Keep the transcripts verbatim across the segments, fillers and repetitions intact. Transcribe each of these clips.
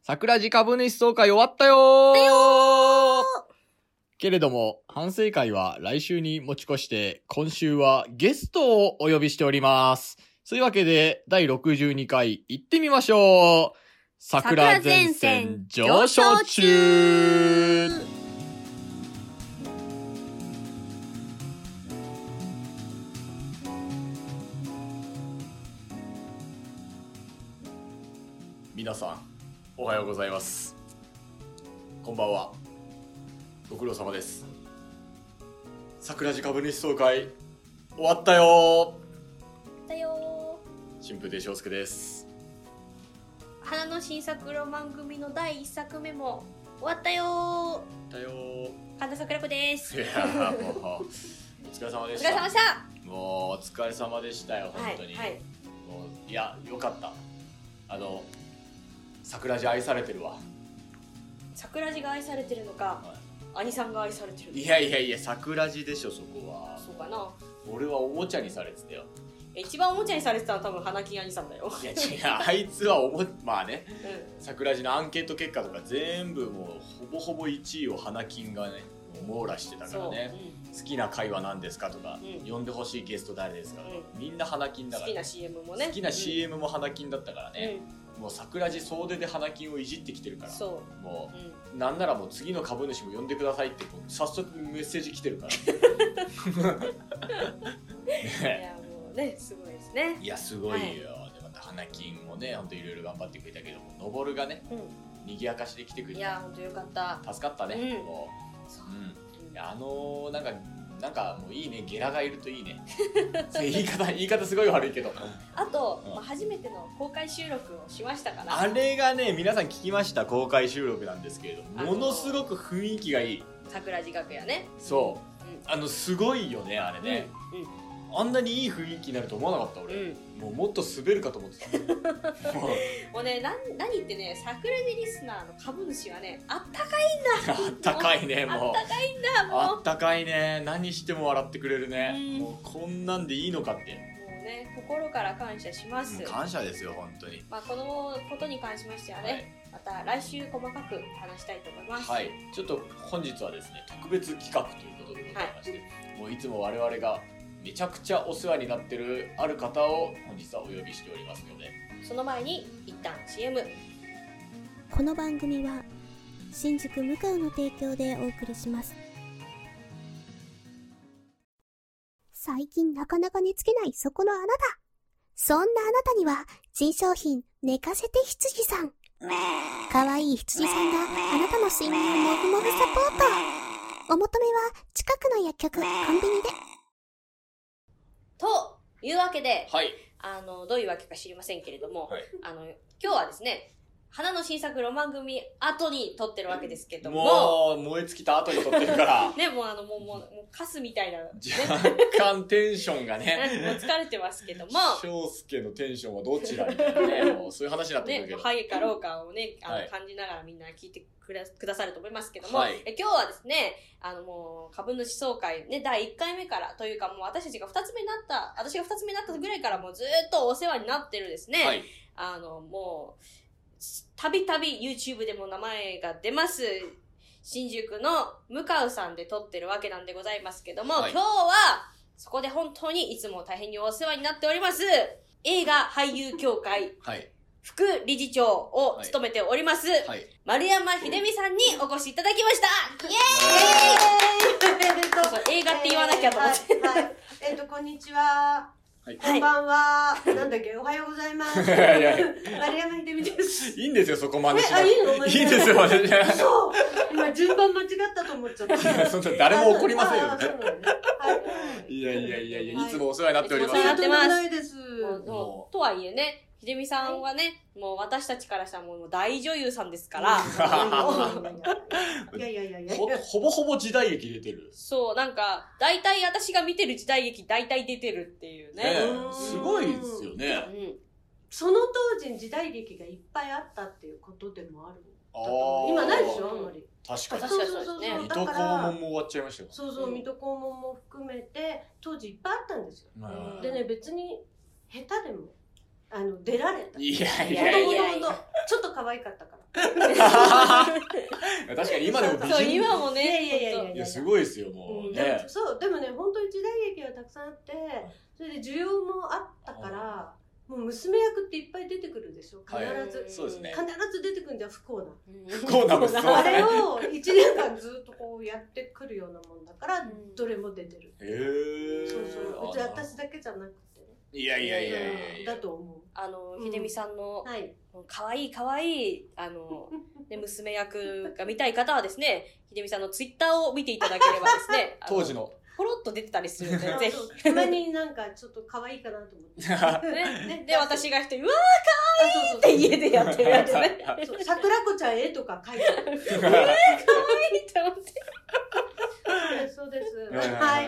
桜地株主総会終わったよーだよーけれども、反省会は来週に持ち越して、今週はゲストをお呼びしております。そういうわけで、だいろくじゅうにかい行ってみましょう。桜前線上昇中。皆さん、おはようございます。こんばんは。ご苦労様です。桜地株主総会終わったよだよー。新風亭昇介です。 花の新作ロマン組のだいいっさくめも終わったよだよー。 神田桜子です。 いやーもうお疲れ様でした。 お疲れ様でした。 もうお疲れ様でしたよ、本当に、はいはい、もういやよかった。あの桜地愛されてるわ。 桜地が愛されてるのか、はい、兄さんが愛されてるのか。 いやいやいや、桜地でしょ、そこは。 そうかな。 俺はおもちゃにされてたよ。 一番おもちゃにされてたのは多分花金兄さんだよ。 いや違う、あいつはおもまあね、 うん、 桜地のアンケート結果とか全部もうほぼほぼいちいを花金がね網羅してたからね、うん、好きな回は何ですかとか、うん、呼んでほしいゲスト誰ですかとか、うん、みんな花金だから、 好きな シーエム もね、 好きな シーエム も花金だったからね、うん、もう桜地総出で花金をいじってきてるから、そうもう、うん、なんならもう次の株主も呼んでくださいって早速メッセージ来てるからいやもうね、すごいですね。 いやすごいよ、はい、でまた花金もね本当いろいろ頑張ってくれたけども、のぼるがね、うん、賑やかしで来てくれて、 いや本当よかった、 助かったね、うん、もうそう、うん、いやあのー、なんかなんかもういいね、ゲラがいるといいね言い方言い方すごい悪いけど、 あと、うん、まあ、初めての公開収録をしましたから、 あれがね皆さん聞きました。公開収録なんですけれども、ものすごく雰囲気がいい。 桜地楽屋ね、 そう、うん、あのすごいよねあれね、うんうん、あんなにいい雰囲気になると思わなかった俺、うん、もうもっと滑るかと思ってたもうね、な何言ってね、桜地リスナーの株主はね、あったかいんだあったかいね、もうあったかいんだ、もうあったかいね、何しても笑ってくれるね、うん、もうこんなんでいいのかって、もうね、心から感謝します、 うん、感謝ですよ本当に。 まあ、このことに関しましてはね、はい、また来週細かく話したいと思います。 はい、ちょっと本日はですね特別企画ということでございまして、はい、もういつも我々がめちゃくちゃお世話になってるある方を本日はお呼びしておりますので、 その前に一旦 シーエム。 この番組は新宿向かうの提供でお送りします。最近なかなか寝つけないそこのあなた、そんなあなたには新商品寝かせて羊さん。かわいい羊さんがあなたの睡眠をもぐもぐサポート。お求めは近くの薬局、コンビニで。 というわけで、 はい、 あのどういうわけか知りませんけれども、はい、あの今日はですね、花の新作ロマン組後に撮ってるわけですけども、 もう燃え尽きた後に撮ってるからね、もうあのもうもうもうカスみたいな、ね、 若干テンションがねもう疲れてますけども、 翔介のテンションはどちらみたいなね、もうそういう話になってくるけど、 ね、ハゲかローかをね、あの、はい、感じながらみんな聞いてくだ、くださると思いますけども、はい、え今日はですね、あのもう株主総会ね、だいいっかいめからというか、もう私たちがふたつめになった、私がふたつめになったぐらいからもうずっとお世話になってるですね、はい、あのもうたびたび YouTube でも名前が出ます新宿の向うさんで撮ってるわけなんでございますけども、はい、今日はそこで本当にいつも大変にお世話になっております映画俳優協会、はい、副理事長を務めております、はいはい、丸山秀美さんにお越しいただきました。イエーイそうそう、映画って言わなきゃと思って、 えーはいはい、えっ、ー、とこんにちは、はい、こんばんは、はい、なんだっけ、おはようございます。丸山秀美です。 いいんですよ、そこ真似しなくて。 いいの？ いいんですよ、真似しなくて。 そう。今順番間違ったと思っちゃった。 そんな誰も怒りませんよね。いやいやいやいや、いつもお世話になっております。 お世話になってます。 ないです。 もうとはいえね、秀美さんはね、もう私たちからしたらもう大女優さんですから。 いやいやいやいや。 ほ、ほぼほぼ時代劇出てる。 そう、なんか、大体私が見てる時代劇大体出てるっていうね。ね、 すごいですよね。 うん。その当時に時代劇がいっぱいあったっていうことでもある。あ今ないでしょ、あんまり。 確かに。 確かにそうですね。 水戸黄門も終わっちゃいましたよ。 そうそう、水戸黄門も含めて、当時いっぱいあったんですよ。うん、でね、別に、下手でも、あの、出られた。 いやいやいやいや。 ちょっと可愛かったから。 確かに今でも美人。 そう、今もね。 いやいやいやいや。 いや、すごいですよ、もうね。 そう、でもね、本当に時代劇がたくさんあって、それで需要もあったから、もう娘役っていっぱい出てくるでしょ、必ず。 そうですね。 必ず出てくるんじゃ不幸な。 不幸な息子。 あれをいちねんかんずっとこうやってくるようなもんだから、どれも出てる。 へー。 そうそう。別に私だけじゃなくて。 いやいやいやいやだと思う。 あの、秀美さんの、かわいいかわいい、あの、ね、娘役が見たい方はですね、秀美さんのツイッターを見ていただければですね、 当時の。 ポロッと出てたりするんで、ぜひ。 たまになんかちょっと可愛いかなと思って。 ね、で、私が一人、うわーかわいいって家でやってるやつね。 桜子ちゃん絵とか描いてる。 えー、かわいいって思って。 そうです。 はい。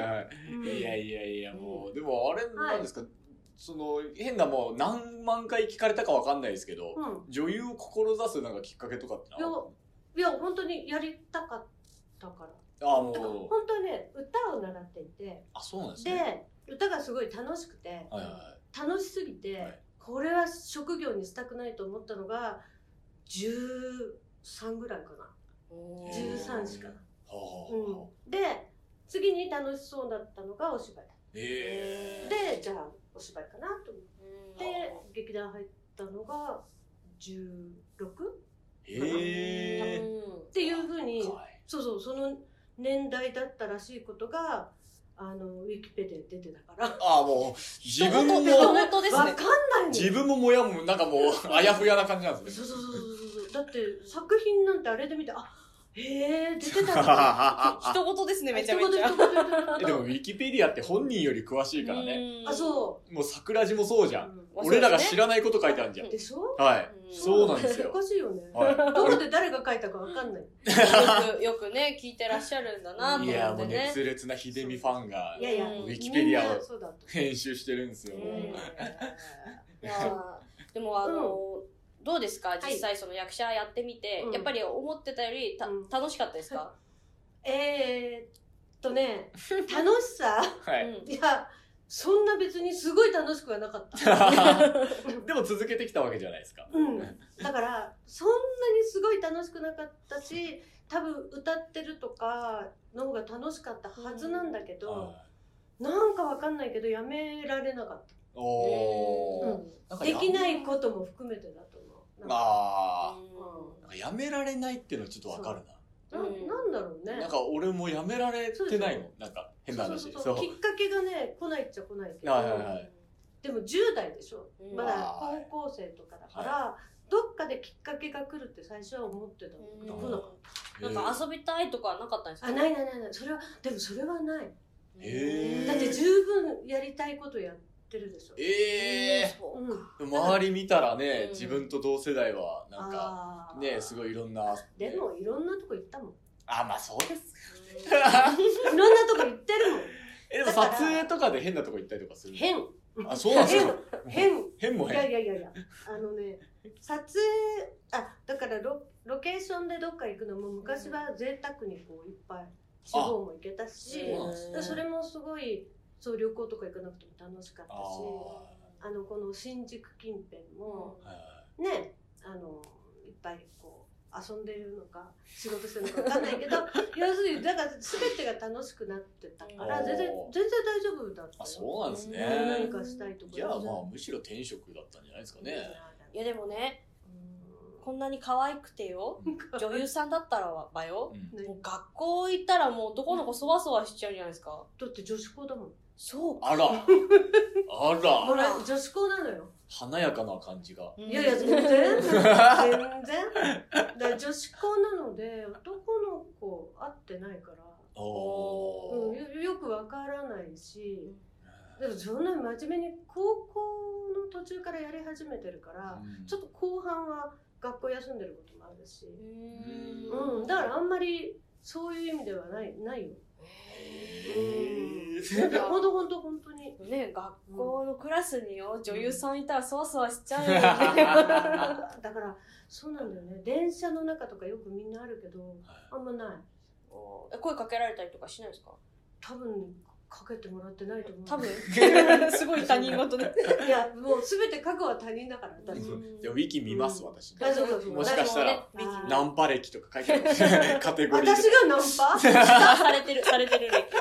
いやいやいや、もう、でもあれなんですか、その、変なもう何万回聞かれたかわかんないですけど、女優を志すなんかきっかけとかっていや、いや、本当にやりたかったから。 ああ、もう。 本当ね、歌を習っていて。 あ、そうなんですね。 で、歌がすごい楽しくて、はいはい、楽しすぎて、はい、これは職業にしたくないと思ったのが、じゅうさんぐらいかな。じゅうさんしかな。うん、で、次に楽しそうだったのがお芝居。えー、で、じゃあお芝居かなと思って、劇団入ったのがじゅうろく？えー、っていうふうに、そうそう、その年代だったらしいことが、あの、ウィキペディア出てたから。 ああ、もう、自分も、 本当ですね。 わかんないの。 自分ももやも、なんかもう、あやふやな感じなんですね。 そうそうそうそう。だって、作品なんてあれで見て、あ、へえ、出てたんだ。 一言ですね、めちゃめちゃ。 え、でも、ウィキペディアって本人より詳しいからね。 あ、そう。 もう、桜地もそうじゃん。俺らが知らないこと書いてあるじゃん。 でしょ？ はい。そうなんですよ。 おかしいよね。どこで誰が書いたかわかんない。よく、よくね、聞いてらっしゃるんだなと思ってね。いや、もう熱烈な秀美ファンが、 いやいや、 ウィキペディアを編集してるんですよ。 いや、でもあの、どうですか実際その役者やってみて、やっぱり思ってたよりた楽しかったですか？ えーっとね、楽しさいや、そんな別にすごい楽しくはなかった。 でも続けてきたわけじゃないですか。 うん。だから、そんなにすごい楽しくなかったし、多分歌ってるとかの方が楽しかったはずなんだけど、うん、なんかわかんないけどやめられなかった。おー、うん、できないことも含めてだと思う。 ああ、うん、やめられないっていうのはちょっとわかるな。 な, なんだろうね。 なんか俺もやめられてないの。なんか変な話。 そうそうそうそう。きっかけがね、来ないっちゃ来ないけど。はいはいはい。でもじゅう代でしょ。まだ高校生とかだから、はい、どっかできっかけが来るって最初は思ってたけど、来なかった。 なんか遊びたいとかなかったんですか？ あ、ないないないない。それは、でもそれはない。へー。だって十分やりたいことやってるでしょ。 ええー。うん、周り見たらね、自分と同世代は、なんか、ね、すごいいろんな。 でもいろんなとこ行ったもん。 あ、まあそうです。 いろんなとこ行ってるもん。 え、でも撮影とかで変なとこ行ったりとかするの？ 変。 あ、そうなんですか？ 変。 変も変。 いやいやいやいや。あのね、撮影、あ、だからロ、ロケーションでどっか行くのも昔は贅沢にこういっぱい地方も行けたし、それもすごい、そう旅行とか行かなくても楽しかったし、あの、この新宿近辺も、ね、あの、いっぱいこう、遊んでるのか仕事してるのか分かんないけど要するにだから全てが楽しくなってたから全然全然大丈夫だったよ。 あ、そうなんですね。 何かしたいとか。 じゃあまあむしろ転職だったんじゃないですかね。 いやでもね、こんなに可愛くてよ女優さんだったらばよ、うん、もう学校行ったらもう男の子そわそわしちゃうんじゃないですか。 だって女子校だもん。 そう。 あらあら。 ほら女子校なのよ。 華やかな感じが。 いやいや、全然。全然。だ女子校なので、男の子会ってないから、お、うん、よ, よくわからないし、でもそんなに真面目に高校の途中からやり始めてるから、うん、ちょっと後半は学校休んでることもあるし、うん、だからあんまりそういう意味ではない、ないよ。ほんとほんとほんとにね、学校のクラスによ、うん、女優さんいたらそわそわしちゃうよねだからそうなんだよね。電車の中とかよくみんなあるけどあんまない。 声かけられたりとかしないですか？ 多分かけてもらってないと思う。 多分すごい他人事でいやもう全て過去は他人だから私。 でもウィキ見ます、私。 あ、そうそうそう。 もしかしたらナンパ歴とか書いてあるカテゴリーで。 私がナンパされてるされてる歴。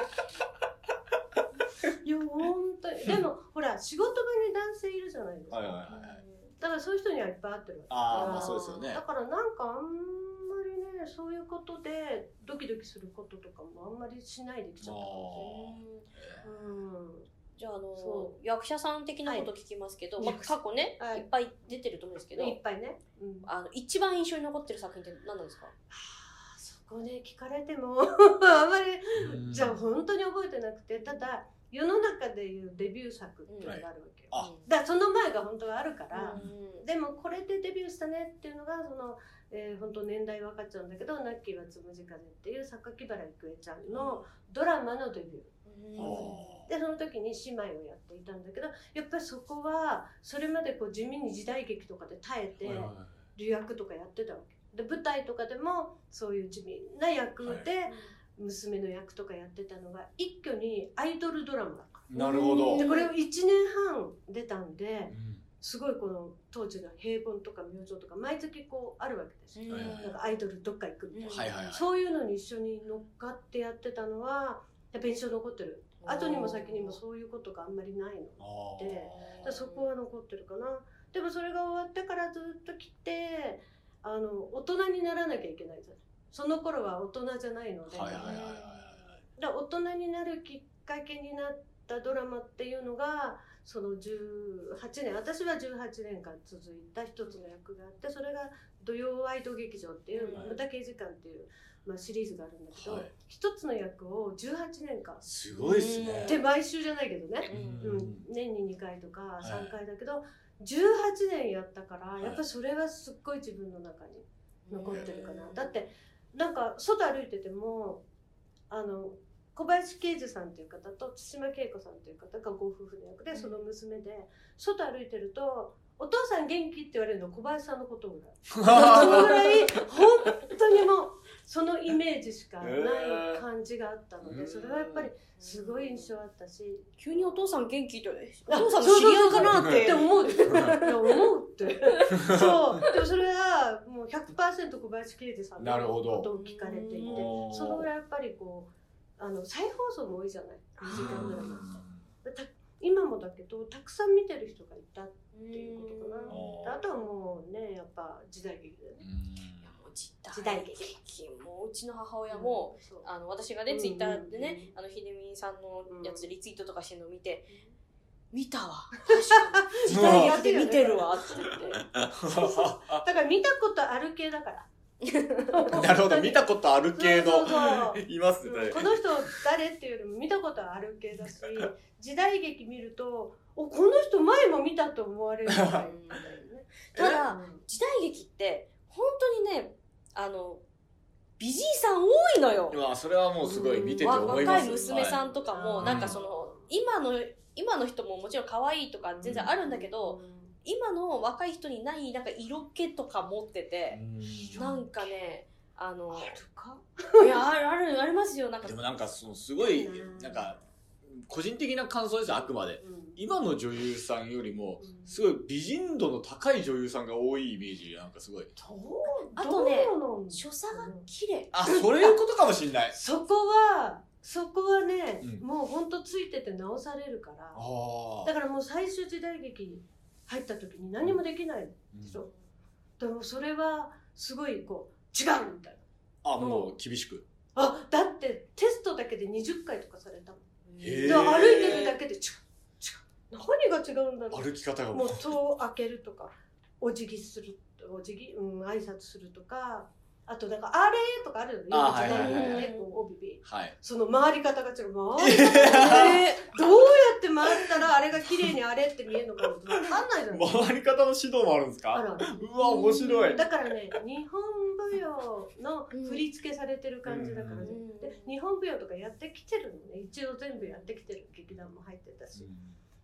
いや本当に。でもほら仕事場に男性いるじゃないですか。 はいはいはい。 だからそういう人にはいっぱい会ってるわけ。 ああ、まあそうですよね。 だからなんかあんまりね、そういうことでドキドキすることとかもあんまりしないできちゃったかもしれない。うん。 じゃあ、あの役者さん的なこと聞きますけど、まあ、過去ね、いっぱい出てると思うんですけど、 いっぱいね。 あの一番印象に残ってる作品って何なんですか？はあ、そこね聞かれてもあんまりじゃあ本当に覚えてなくて、ただ世の中でいうデビュー作っていうのがあるわけよ。うん、だからその前が本当はあるから、うん、でもこれでデビューしたねっていうのがその、えー、本当年代分かっちゃうんだけど「ナッキーはつむじ風」っていう榊原郁恵ちゃんのドラマのデビュー。うん、でその時に姉妹をやっていたんだけど、やっぱりそこはそれまでこう地味に時代劇とかで耐えて留役とかやってたわけで、舞台とかでもそういう地味な役で娘の役とかやってたのが一挙にアイドルドラマだから。 なるほど。 でこれをいちねんはん出たんで、すごいこの当時の平凡とか明星とか毎月こうあるわけですよ。なんかアイドルどっか行くみたいな、はいはいはい、そういうのに一緒に乗っかってやってたのはやっぱ印象残ってる。後にも先にもそういうことがあんまりないので、そこは残ってるかな。でもそれが終わってからずっと来て、あの大人にならなきゃいけないじゃない。その頃は大人じゃないので、だから大人になるきっかけになったドラマっていうのがそのじゅうはちねん、私はじゅうはちねんかん続いた一つの役があって、それが土曜ワイド劇場っていう無駄刑事館っていう、まあ、シリーズがあるんだけど、はい、一つの役をじゅうはちねんかん、 すごいですね。 で毎週じゃないけどね、うんうん、年ににかいとかさんかいだけど、はい、じゅうはちねんやったから、はい、やっぱりそれはすっごい自分の中に残ってるかな。だってなんか外歩いててもあの小林圭司さんという方と対馬恵子さんという方がご夫婦の役で、その娘で外歩いてるとお父さん元気って言われるの小林さんのことぐらいそのぐらい本当にもうそのイメージしかない感じがあったので、それはやっぱりすごい印象あったし、 急にお父さん元気ってお父さんの知り合いかなって思うでしょ。いや思うってそうでもそれはもう ひゃくパーセント 小林圭司さんのことを聞かれていて、そのぐらいやっぱりこうあの再放送も多いじゃない、にじかんドラマって。今もだけどたくさん見てる人がいたっていうことかな。あとはもうねやっぱ時代劇でね。 時代劇もううちの母親も、うん、あの私がね、うん、ツイッターでね、あのひでみさんのやつでリツイートとかしてるのを見て、うん、見たわ確かに時代劇で見てるわって言ってだから見たことある系だからなるほど、見たことある系のそうそうそういますね、 うん、この人誰っていうよりも見たことある系だし時代劇見るとおこの人前も見たと思われるみたいな、ね、 ただ、うん、時代劇って本当にねあの美人さん多いのよ。 まあそれはもうすごい見てて思います。 若い娘さんとかも、はい、なんかその今の今の人ももちろん可愛いとか全然あるんだけど、うん、今の若い人にないなんか色気とか持ってて、うん、なんかねあのあるかいやあるあるありますよ。なんかでもなんかそのすごい、うん、なんか個人的な感想ですよ、あくまで、うん、今の女優さんよりもすごい美人度の高い女優さんが多いイメージ。なんかすごいあとね所作が綺麗。 あ、そういうことかもしんない。 そこはそこはね、うん、もうほんとついてて直されるから。だからもう最終時代劇入った時に何もできないでしょ、うん、でもそれはすごいこう違うみたいな。あ、もう厳しく。 あ、だってテストだけでにじゅっかいとかされたもん。で歩いてるだけで違う違う何が違うんだろう。 歩き方がもう戸を開けるとかお辞儀するお辞儀、うん、挨拶するとか、あとなんかあれとかあるよね。 あ、はいはいはいはい、 おびび、 はい、 その回り方が違う。回り方が、えー、どうやって回ったらあれが綺麗にあれって見えるのか分かんないじゃない。 回り方の指導もあるんですか。 あるある。 うわ面白い。 だからね日本舞踊の振り付けされてる感じだからね、うん、で日本舞踊とかやってきてるのね。一応全部やってきてる劇団も入ってたし、うん、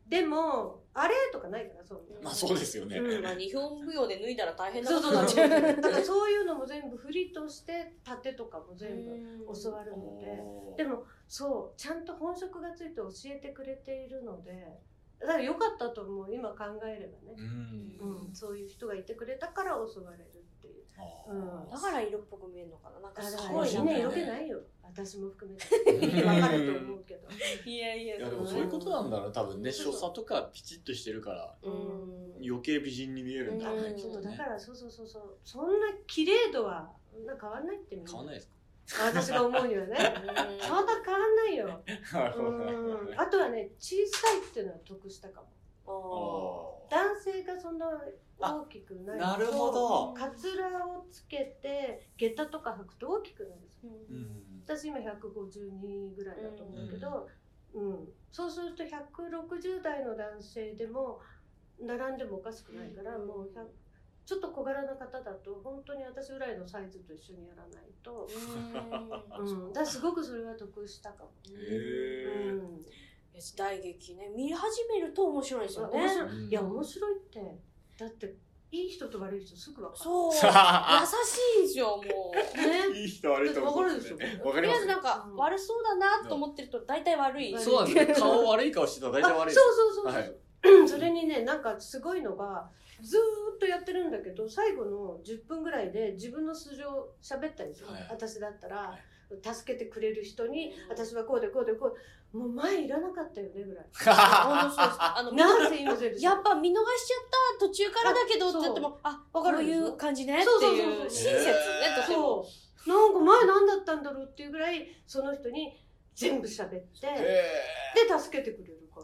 でもあれとかないから、そう。 まあそうですよね。 うん、まあ日本舞踊で脱いだら大変なことになっちゃう。 だからそういうのも全部振りとして盾とかも全部教わるので、でもそうちゃんと本職がついて教えてくれているので、だから良かったと思う、今考えればね。うん、うん、そういう人がいてくれたから教われるっていう。 うん、だから色っぽく見えるのかな。なんかすごいみんな色気ないよ。私も含めて。見てわかると思うけど。 いやいや。 いやでもそういうことなんだろう。多分ね、所作とかピチッとしてるから、余計美人に見えるんだね。 そうだからそうそうそうそう。そんな綺麗度はそんな変わんないってみんな。 変わんないですか？ 私が思うにはね。そんな変わんないよ。あとはね、小さいっていうのは得したかも。男性がそんな大きくないと、 なるほど。 カツラをつけて下駄とか履くと大きくなるんですよ、うん、私今ひゃくごじゅうにぐらいだと思うけど、うんうん、そうするとひゃくろくじゅう代の男性でも並んでもおかしくないから、うん、もうちょっと小柄な方だと本当に私ぐらいのサイズと一緒にやらないと、うん、だからすごくそれは得したかも。 へー、うん、 時代劇ね、見始めると面白いですよね。 面白い。いや面白いって、だっていい人と悪い人すぐ分かる。 そう優しいんですよ、もうね。 いい人悪い人分かるでしょ。 とりあえずなんか悪そうだなと思ってると大体悪い。 そうなんですね。顔悪い顔してたら大体悪い。 そうそうそうそう。それにね、なんかすごいのがずーっとやってるんだけど、最後のじゅっぷんぐらいで自分の素性喋ったりする。私だったら助けてくれる人に、私はこうでこうでこう。もう前いらなかったよねぐらい。 あのなんせ今やっぱ見逃しちゃった途中からだけどって言っても、あ、こういう感じねっていう親切ね、とても。 なんか前何だったんだろうっていうぐらいその人に全部喋ってで助けてくれるから。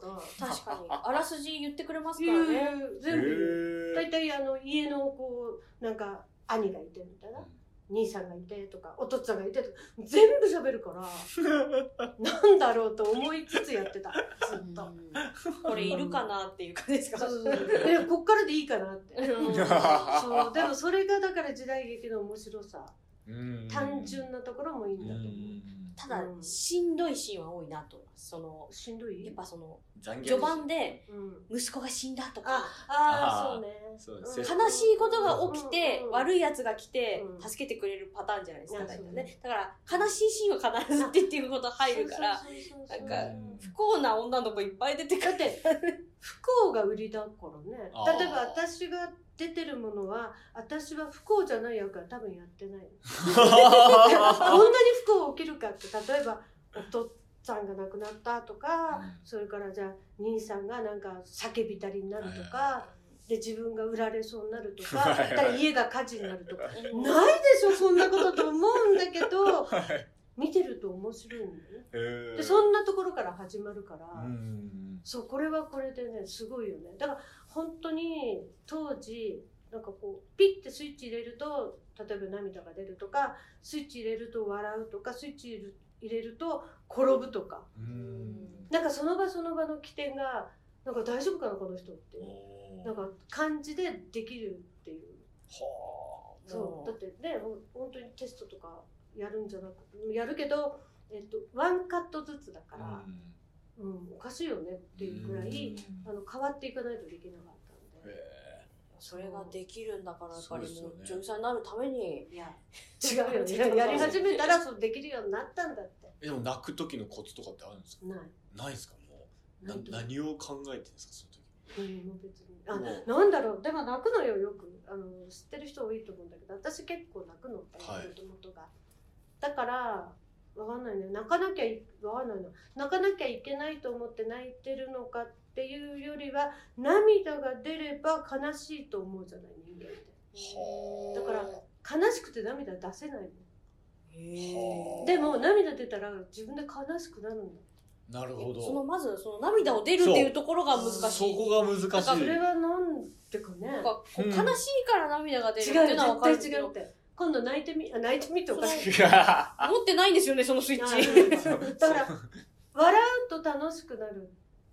確かにあらすじ言ってくれますからね。 全部だいたいあの家のこうなんか兄がいてみたいな。兄さんがいてとかお父さんがいてとか全部喋るからなんだろうと思いつつやってた、ずっと。 これいるかなっていう感じですか？ そうそうそう。え、こっからでいいかなって。そうでもそれがだから時代劇の面白さ、単純なところもいいんだと思う。 ただしんどいシーンは多いなと思います。そのしんどい？ やっぱその序盤で息子が死んだとか、 ああそうね、 悲しいことが起きて悪いやつが来て助けてくれるパターンじゃないですか、大体ね。だから悲しいシーンは必ずってっていうこと入るから、なんか不幸な女の子いっぱい出てくる。 不幸が売りだからね。例えば私が出てるものは、私は不幸じゃない役は多分やってない。こんなに不幸起きるかって、例えばお父さんが亡くなったとか、うん、それからじゃあ兄さんがなんか叫びたりになるとか、で自分が売られそうになるとか、だから家が火事になるとか、ないでしょそんなことと思うんだけど、見てると面白いんだよね。でそんなところから始まるから、そうこれはこれでねすごいよね。だから本当に当時なんかこうピッてスイッチ入れると例えば涙が出るとか、スイッチ入れると笑うとか、スイッチ入れる入れると転ぶとか、なんかその場その場の起点がなんか大丈夫かなこの人ってなんか感じでできるっていう。はあ。そうだってね本当にテストとかやるんじゃなくやるけど、えっとワンカットずつだから、うん、うん、おかしいよねっていうぐらいあの変わっていかないとできなかったんで。 それができるんだからやっぱりもう女優さんになるために、 いや違うよね。やり始めたらそうできるようになったんだって。 でも泣く時のコツとかってあるんですか？ない。ないですか？もうな何を考えてるんですかその時？ 何も別に。あ、なんだろう。でも泣くのよよく。あの知ってる人多いと思うんだけど、私結構泣くのってもともとが。だからわかんないね。泣かなきゃいわかんないの。泣かなきゃいけないと思って泣いてるのかっていうよりは涙が出れば悲しいと思うじゃない人間って。だから悲しくて涙出せないの。へでも涙出たら自分で悲しくなるんだ。なるほど。 そのまずその涙を出るっていうところが難しい。 そこが難しい。だからそれはなんてかね。なんか悲しいから涙が出るっていうのは分かるけど。 違う絶対違うって。今度泣いてみ、あ泣いてみっておかしい。 持ってないんですよねそのスイッチ。 だから笑うと楽しくなる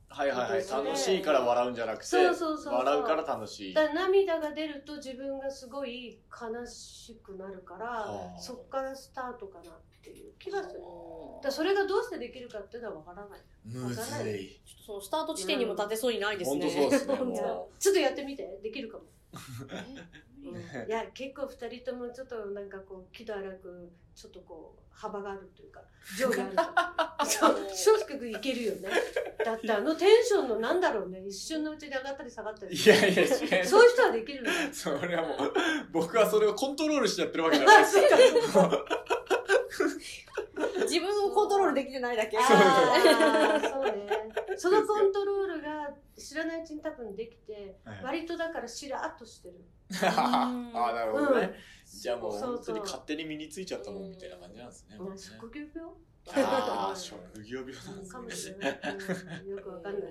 はいはいはい。楽しいから笑うんじゃなくて、 そうそうそうそう笑うから楽しい。 だから涙が出ると自分がすごい悲しくなるから、そっからスタートかなっていう気がする。だそれがどうしてできるかっていうのはわからない。 むずい。 ちょっとそのスタート地点にも立てそうにないですね。 本当そうですね。 ちょっとやってみて。できるかも。うん、いや結構ふたりともちょっとなんかこう喜怒哀楽ちょっとこう幅があるというか上下あるとそう低くいけるよね。だってあのテンションのなんだろうね、一瞬のうちに上がったり下がったり、 いやいや違う、 そういう人はできるの。 それはもう僕はそれをコントロールしてやってるわけじゃないです自分をコントロールできてないだけ。 ああそうね。そのコントロールが知らないうちに多分できて、割とだからしらっとしてる。 ああなるほどね、うん、じゃあもう本当に勝手に身についちゃったもんみたいな感じなんですね。 うん、職業病？ ああ職業病なんですね。かもしれない。 うん、よくわかんない。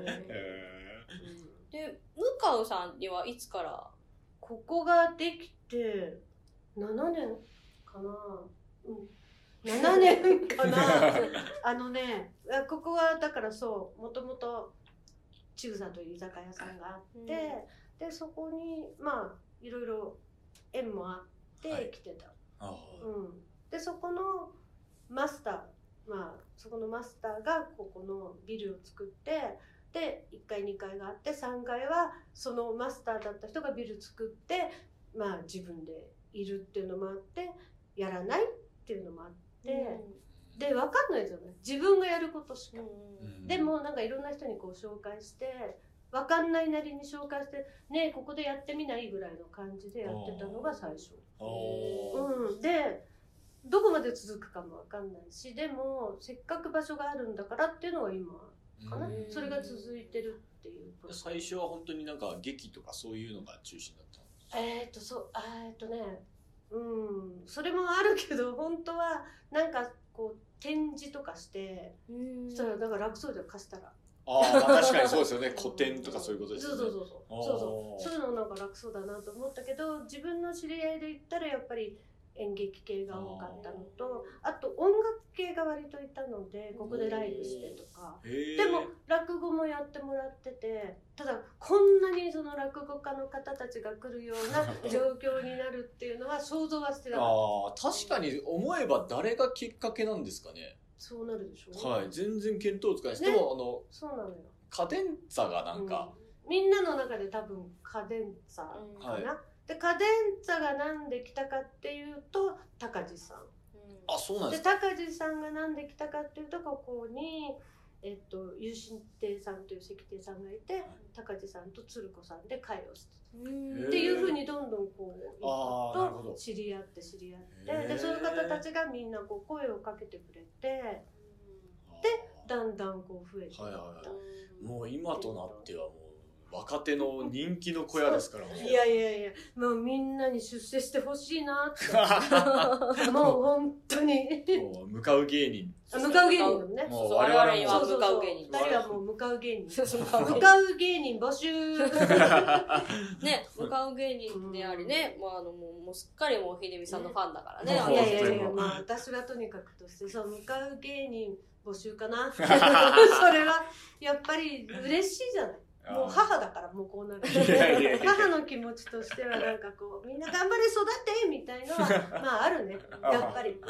で向さんにはいつからここができてななねんかな。うん。ななねんかな。あのね、ここはだからそうもともとちぐさという居酒屋さんがあって。うん、でそこにまあいろいろ縁もあって来てた、はい、うん、でそこのマスターまあそこのマスターがここのビルを作ってでいっかいにかいがあってさんがいはそのマスターだった人がビル作ってまあ自分でいるっていうのもあってやらないっていうのもあって、うん、で分かんないじゃない自分がやることしか、うん、でもなんかいろんな人にこう紹介して分かんないなりに紹介してねえここでやってみないぐらいの感じでやってたのが最初、うん、でどこまで続くかも分かんないしでもせっかく場所があるんだからっていうのが今かなそれが続いてるっていう最初は本当になんか劇とかそういうのが中心だったんですか？ えっとそうえっとねうんそれもあるけど本当はなんかこう展示とかしてそしたらだから楽そうじゃん貸したらああ、まあ、確かにそうですよね古典とかそういうことですよね。 そうそうそうそうそうそうそういうのなんか楽そうだなと思ったけど自分の知り合いで言ったらやっぱり演劇系が多かったのとあと音楽系が割といたのでここでライブしてとかでも落語もやってもらっててただこんなにその落語家の方たちが来るような状況になるっていうのは想像はしてなかった。 あ確かに思えば誰がきっかけなんですかね。 そうなるでしょう、 はい全然見当つかないです、ね、でもあのそうなのよカデンツァがなんか、 うん、みんなの中で多分カデンツァかな、うんはいでカデンツァがなんで来たかっていうと高地さん、うん、 あそうなんですかで高地さんがなんで来たかっていうとここにえっと有心亭さんという石亭さんがいて、はい、高地さんと鶴子さんで会をしてたっていうふうにどんどんこうと知り合って知り合ってでそういう方たちがみんなこう声をかけてくれてでだんだんこう増えていった、はいはいはい、 もう今となってはもう若手の人気の小屋ですからね。いやいやいや、もうみんなに出世してほしいなってもう本当にもう向かう芸人向かう芸人ねもう我々は向かう芸人ふたりはもう向かう芸人向かう芸人募集ね向かう芸人でありね、まあ、あのもうもうすっかりもう秀美さんのファンだからね。 いやいやいや、まあ、私はとにかくとしてそう向かう芸人募集かなそれはやっぱり嬉しいじゃない。もう母だからもうこうなるいやいやいや母の気持ちとしてはなんかこうみんな頑張れ育てみたいのはまああるねやっぱり、うん、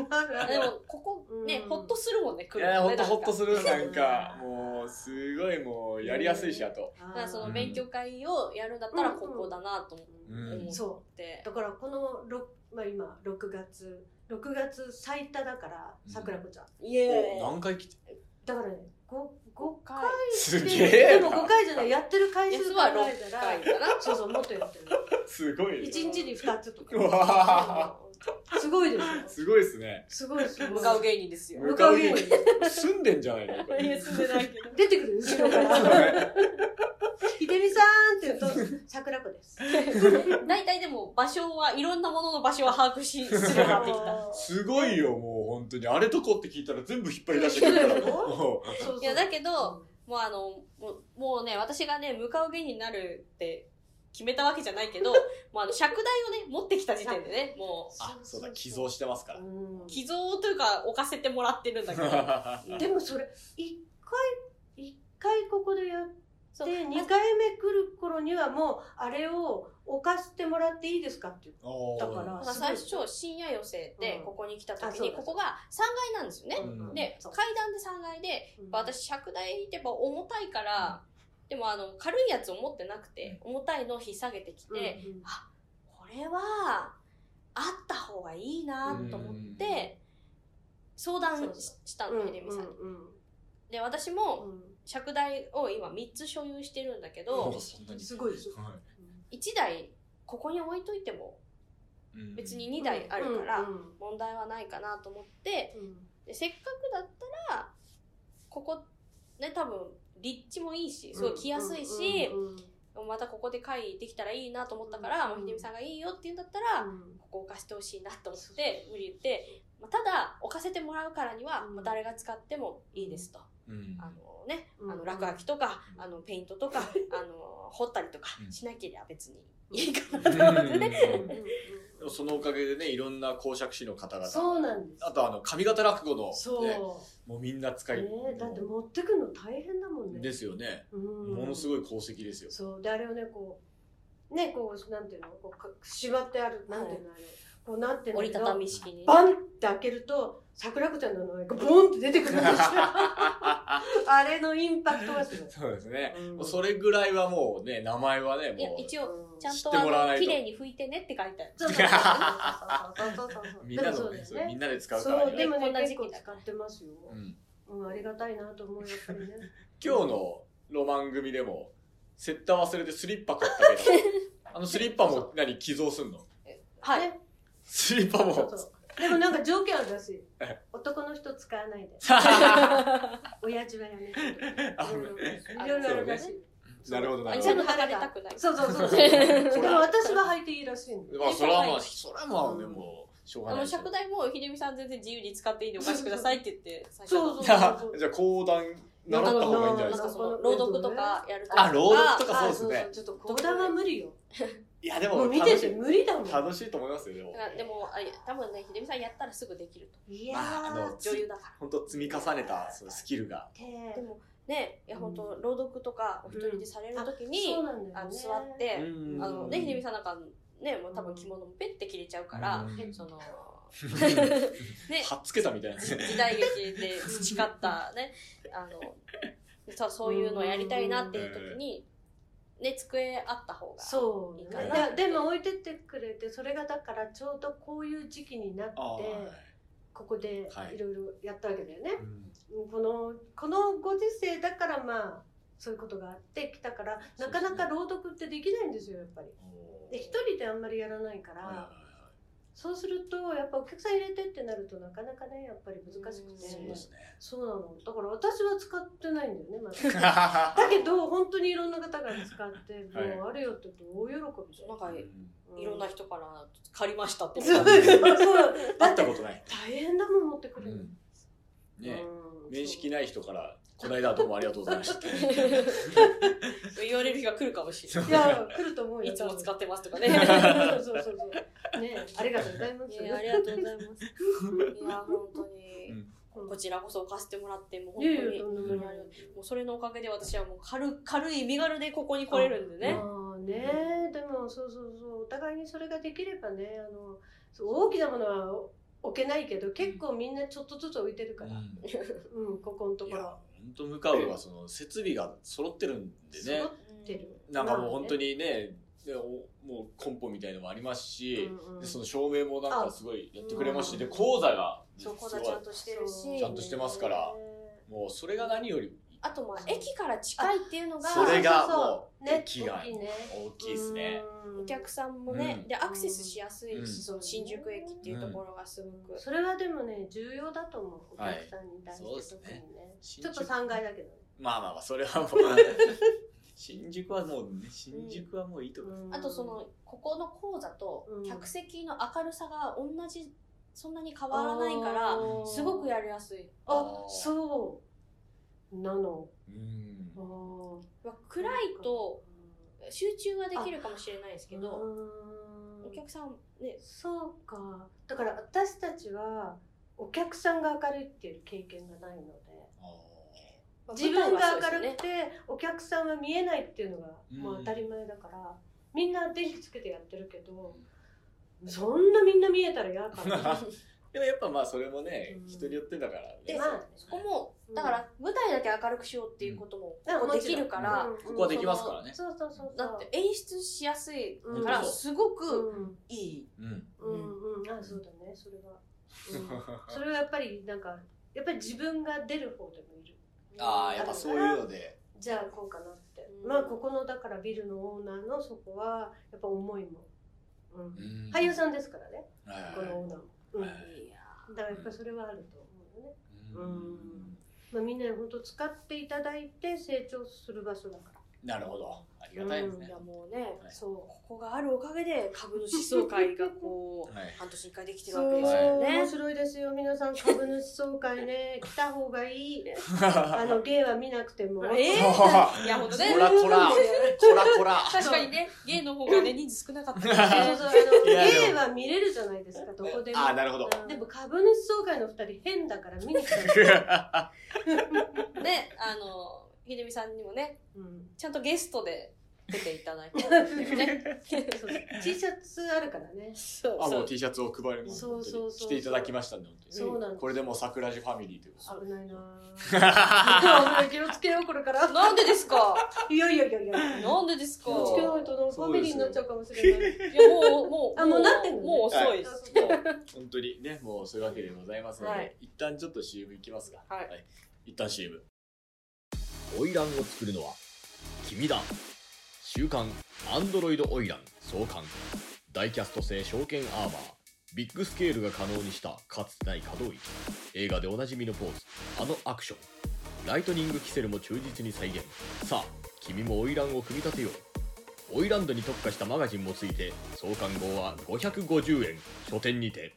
あるある。 でもここね、うん、ほっとするもんね来るとね。いやほっとほっとするなんかもうすごいもうやりやすいしあとだからその勉強会をやるんだったらここだなと思って、うんうん、 そうだからこのまあ今ろくがつろくがつ最多だから桜子ちゃん、 うん、イエーイ何回来てだからねごかいすげえでもごかいじゃないやってる回数考えたらそうそうもっとやってるすごいいちにちにふたつとかすごいですよすごいですねすごいです向かう芸人ですよ向かう芸人住んでんじゃないのいや住んでないけど出てくる後ろからひでみさんって言うと桜子です大体でも場所はいろんなものの場所は把握しするようになってきたすごいよもう本当にあれとこって聞いたら全部引っ張り出してくるからいやだけど、うん、もうあのもう、もうね私がね向かう芸人になるって決めたわけじゃないけどもうあの尺台をね持ってきた時点でねもうあそうだ寄贈してますから寄贈というか置かせてもらってるんだけどでもそれ一回一かいここでやってにかいめ来る頃にはもうあれを置かせてもらっていいですかって言ったから、 最初深夜寄せでここに来た時に、ここがさんがいなんですよね、うん、で階段でさんがいで、うん、私尺台ってやっぱ重たいから、うん、でもあの軽いやつを持ってなくて重たいのを引っ提げてきて、うん、あこれはあった方がいいなと思って相談したの、秀美さんに。で私も尺台を今みっつ所有してるんだけど、 すごいですよ。 いちだいここに置いといても別ににだいあるから問題はないかなと思って、でせっかくだったらここね多分立地もいいしすごい来やすいし、またここで会できたらいいなと思ったから、もう秀美さんがいいよって言うんだったらここ置かせてほしいなと思って無理言って、ただ置かせてもらうからには誰が使ってもいいですと。うん、あのね、あの落書きとか、うん、あのペイントとか、あの彫ったりとかしなければ別にいいかなと思ってね。 でもそのおかげでね、いろんな講釈師の方々、 そうなんです。 あとあの上方落語の、ね、 そうもうみんな使い、 ね、だって持ってくの大変だもんね。 ですよね。うん、ものすごい功績ですよ。 そうであれをねこうねこうなんていうのこう縛ってあるなんていうのあれ。こうなってる折りたたみ式にバンって開けると桜子ちゃんの名前がボンって出てくるんですよあれのインパクトがすごい。 そうですね、うん、それぐらいはもうね名前はねもういや一応ちゃんとあの綺麗に拭いてねって書いてある。 そうそうそうそうみんなのねねみんなで使うからね。 そうでもね結構使ってますよ、うんうん、ありがたいなと思うやっぱりね今日のロマン組でもセッター忘れてスリッパ買ったけどあのスリッパも何寄贈すんの？ はい、ねスリッパもそうそうでもなんか条件あるらしい男の人使わないで親父はやめていろいろあるらしい。 なるほどなるほど。 全部剥がれたくない。 そうそうそうそうでも私は履いていいらしいんで。 まあそれはまあそれはまあでもしょうがない。 あの尺台も秀美さん全然自由に使っていいんでお貸しくださいって言って最初そうそうそうじゃあ講談習った方がいいんじゃないですか。 朗読とかやるとか。あ朗読とかそうですね。 ちょっと講談は無理よ。 いやでももう見てて無理だもん。 楽しいと思いますよでも。 でもあれ多分ね秀美さんやったらすぐできると。 いやー女優だから。 本当積み重ねたそのスキルが。 でもねいや本当朗読とかお一人でされるときにあの座ってあのね秀美さんなんかねもう多分着物もペッて着れちゃうからその。 ね、はっつけたみたいな時代劇で培ったねあのそうそういうのをやりたいなっていう時にね机あった方がいいかな。 そうでも置いてってくれてそれがだからちょうどこういう時期になってここでいろいろやったわけだよね、はいうん、このこのご時世だからまあそういうことがあってきたからなかなか朗読ってできないんですよやっぱり。で一人であんまりやらないから。そうするとやっぱお客さん入れてってなるとなかなかねやっぱり難しくて、そうですね。そうなの。だから私は使ってないんだよねまだ。だけど本当にいろんな方が使ってもうあるよって言うと大喜びで。 なんかいろんな人から借りましたって。 そうそうそう。 会ったことない。 大変だもん持ってくる。 ね面識ない人からこの間はどうもありがとうございました。 言われる日が来るかもしれない。 いや来ると思うよ。 いつも使ってますとかね。 そうそうそうそう。ねありがとうございます。 ありがとうございます。いや本当にこちらこそ置かせてもらってもう本当にもうそれのおかげで私はもう軽軽い身軽でここに来れるんでね。 ああねでもそうそうそうお互いにそれができればねあの大きなものは置けないけど結構みんなちょっとずつ置いてるから。うんここのところ。 本当向かうはその設備が揃ってるんでね。 揃ってる。 なんかもう本当にね、でもうコンポみたいのもありますし、うんうん、でその照明もなんかすごいやってくれますし、で講座がそう講座ちゃんとしてるし、 ちゃんとしてますから、もうそれが何より。 あとまあ駅から近いっていうのがそれがもう駅が大きいですね。 お客さんもね、うん、でアクセスしやすいし、うん、その新宿駅っていうところがすごく、 うん、それはでもね重要だと思うお客さんに対して特にね、はい、ちょっとさんがいだけどねまあまあまあそれはもう新宿はもうね新宿はもういいと思う、 うん、あとそのここの講座と客席の明るさが同じそんなに変わらないからすごくやりやすい。 あそうなの、 うん、 あ暗いと集中はできるかもしれないですけど、お客さんねそうかだから私たちはお客さんが明るいっていう経験がないので自分が明るくてお客さんは見えないっていうのがもう当たり前だから、みんな電気つけてやってるけど、そんなみんな見えたら嫌かな。 でもやっぱまあそれもね、人によってだからね。 で、そこもだから舞台だけ明るくしようっていうこともできるから、 ここはできますからね。 そうそうそう。 だって演出しやすいからすごくいい。 うんうんうん。あ、そうだね。それは。それはやっぱりなんかやっぱり自分が出る方でもいる。 ああ、やっぱそういうので。 じゃあこうかなって。まあここのだからビルのオーナーのそこはやっぱ思いも。俳優さんですからね。このオーナーも。だからやっぱりそれはあると思うよね。うん。まあみんなで本当使っていただいて成長する場所だから。 なるほど。ありがたいですね。 いやもうね、そう、ここがあるおかげで株主総会がこう、半年にいっかいできてるわけですよね。 面白いですよ。皆さん株主総会ね、来た方がいい。あの、芸は見なくても。 ええいや、ほんとね。 こらこら。こらこら。 確かにね、芸の方がね、人数少なかったからね。そうそう、あの、芸は見れるじゃないですか、どこでも。 あ、なるほど。 でも株主総会の二人変だから見に来たんね、あの、ひでみさんにもね、ちゃんとゲストで出ていただいて、 ね、T シャツあるからね。 そうあ、もう T シャツを配ります。そうそうそう。着ていただきましたんで、本当に。そうなんです。これでもう桜地ファミリーということで。 危ないなぁ。気をつけよう、これから。 なんでですかいやいやいやいや。 なんでですか気をつけないとファミリーになっちゃうかもしれない。 いや、もう、もう、 あ、もうなってんのもう遅いです。 本当にね、もうそういうわけでございますので、一旦ちょっと シーエム いきますが。はい。一旦 シーエム。花魁を作るのは君だ。週刊アンドロイド花魁創刊。大キャスト製証券アーマー。ビッグスケールが可能にしたかつてない可動域。映画でおなじみのポーズ、あのアクション。ライトニングキセルも忠実に再現。さあ君も花魁を組み立てよう。花魁度に特化したマガジンもついて創刊号はごひゃくごじゅうえん。書店にて。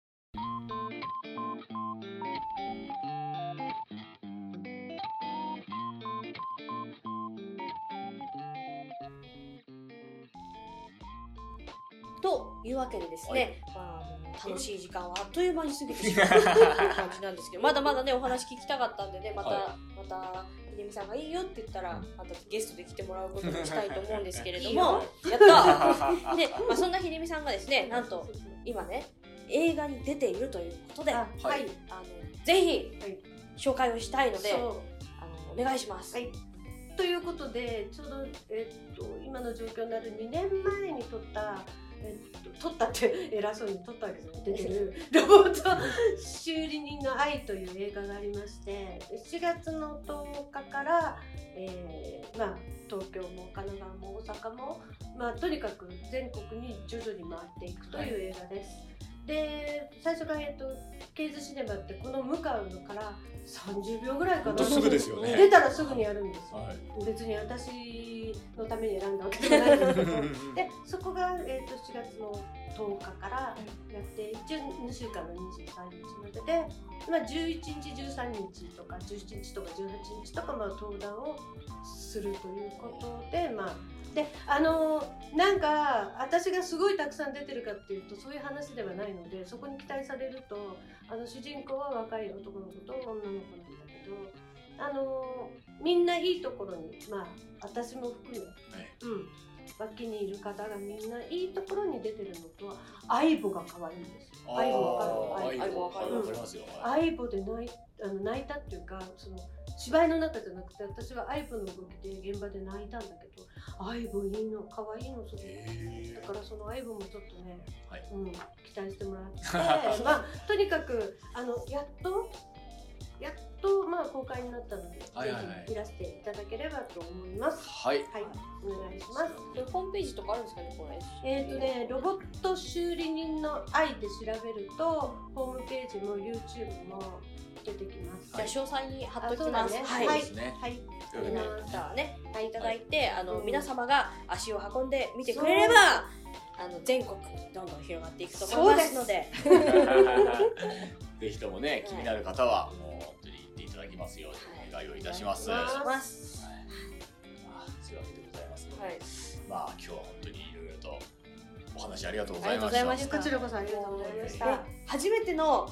というわけでですね、まあ、楽しい時間はあっという間に過ぎてしまうという感じなんですけど、まだまだねお話聞きたかったんでね、また、はい、またひでみさんがいいよって言ったら、またゲストで来てもらうことにしたいと思うんですけれども、やったで、まあ、そんなひでみさんがですね、なんと今ね映画に出ているということで、はい、あのぜひ紹介をしたいので、あのお願いします。はい、 ということでちょうど、えっと、今の状況になるにねんまえに撮ったえっと、撮ったって偉そうに撮ったわけじゃない出てるロボット修理人の愛という映画がありまして、しがつのとおかから、えーまあ、東京も神奈川も大阪も、まあ、とにかく全国に徐々に回っていくという映画です。で最初が、えっと、ケイズシネマってこの向かうのからさんじゅうびょうぐらいかな。 すぐですよね。 出たらすぐにやるんですよ、はい、別に私のために選んだわけじゃないんですけどでそこが、えー、としがつのとおかからやって一応にしゅうかんのにじゅうさんにちまでで、まあ、じゅういちにちじゅうさんにちとかじゅうしちにちとかじゅうはちにちとか、まあ、登壇をするということで、まあであのー、なんか私がすごいたくさん出てるかっていうとそういう話ではないので、そこに期待されるとあの主人公は若い男の子と女の子なんだけど、あのー、みんないいところに、まあ私も含め、はい、うん脇にいる方がみんないいところに出てるのと、相棒が可愛いんですよ。相棒わかる？相棒わかりますよ。相棒で泣いあの泣いたっていうか、その芝居の中じゃなくて、私は相棒の動きで現場で泣いたんだけど、相棒いいの可愛いのすごい。だからその相棒もちょっとね、はい、うん、期待してもらってまあとにかくあのやっとやっとまあ公開になったので、はいはいはい、ぜひいらしていただければと思います。はい、はい、お願いします。 これホームページとかあるんですかね、これ。 えっ、ー、とね、ロボット修理人の愛で調べると、ホームページも YouTube も出てきます。 じゃあ詳細に貼っときます。 ね、 はい、 はい、 はい、じゃあね、はい、いただいて、あの、うん、皆様が足を運んでみてくれれば、あの全国にどんどん広がっていくと思いますので。 ぜひともね、気になる方はもう本当に行っていただきますようにお願いをいたします。はい、そういうわけでございますので、はい、まあ今日は本当にいろいろとお話ありがとうございました。 こちらこそありがとうございました。 初めての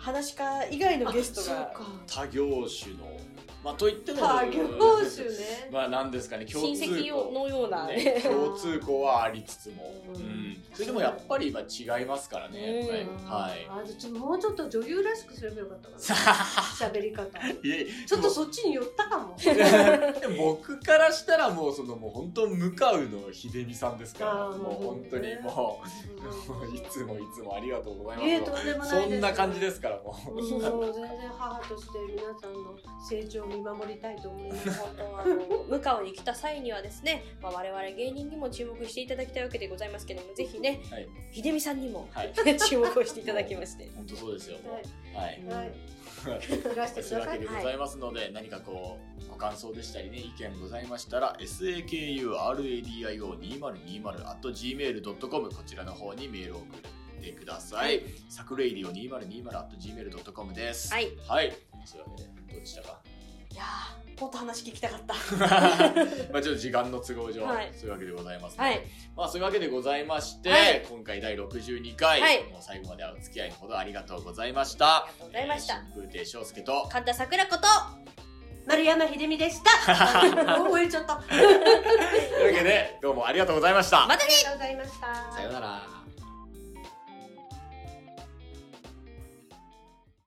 話し家以外のゲストが他業種のまあといっても他業種ねまあなんですかね共通項親戚のような、 ね、共通項はありつつも、うんうん、それでもやっぱり今違いますからね、うん、はい、 あちょっともうちょっと女優らしくすればよかったかな喋り方ちょっとそっちに寄ったかも僕からしたらもうそのもう本当向かうの秀美さんですからもう本当にもういつもいつもありがとうございます、 えー、とんでもないですそんな感じですからもう、 うん、もう全然母として皆さんの成長を見守りたいと思います本当はあの向かうに来た際にはですね、まあ、我々芸人にも注目していただきたいわけでございますけどもぜひね、はい、秀美さんにも、はい、注目をしていただきまして本当そうですよはい、 はいはいそういうわけでございますので、はい、何かこうご感想でしたりね意見ございましたら エスエーケーユーアールエーディーアイオーにせんにじゅう アット ジーメール ドットコム こちらの方にメールを送ってください、はい、サクレイディオにせんにじゅう アット ジーメール ドットコム ですはい、はい、そういうわけでどうでしたかいやーもっと話聞きたかったまあちょっと時間の都合上、はい、そういうわけでございますね、 はい、 まあそういうわけでございまして、はい、今回だいろくじゅうにかい、はい、もう最後までお付き合いのほどありがとうございましたありがとうございました、 えー、春風亭昇介と神田桜子と丸山秀美でした覚えちゃったというわけでどうもありがとうございましたまたねありがとうございましたさようなら。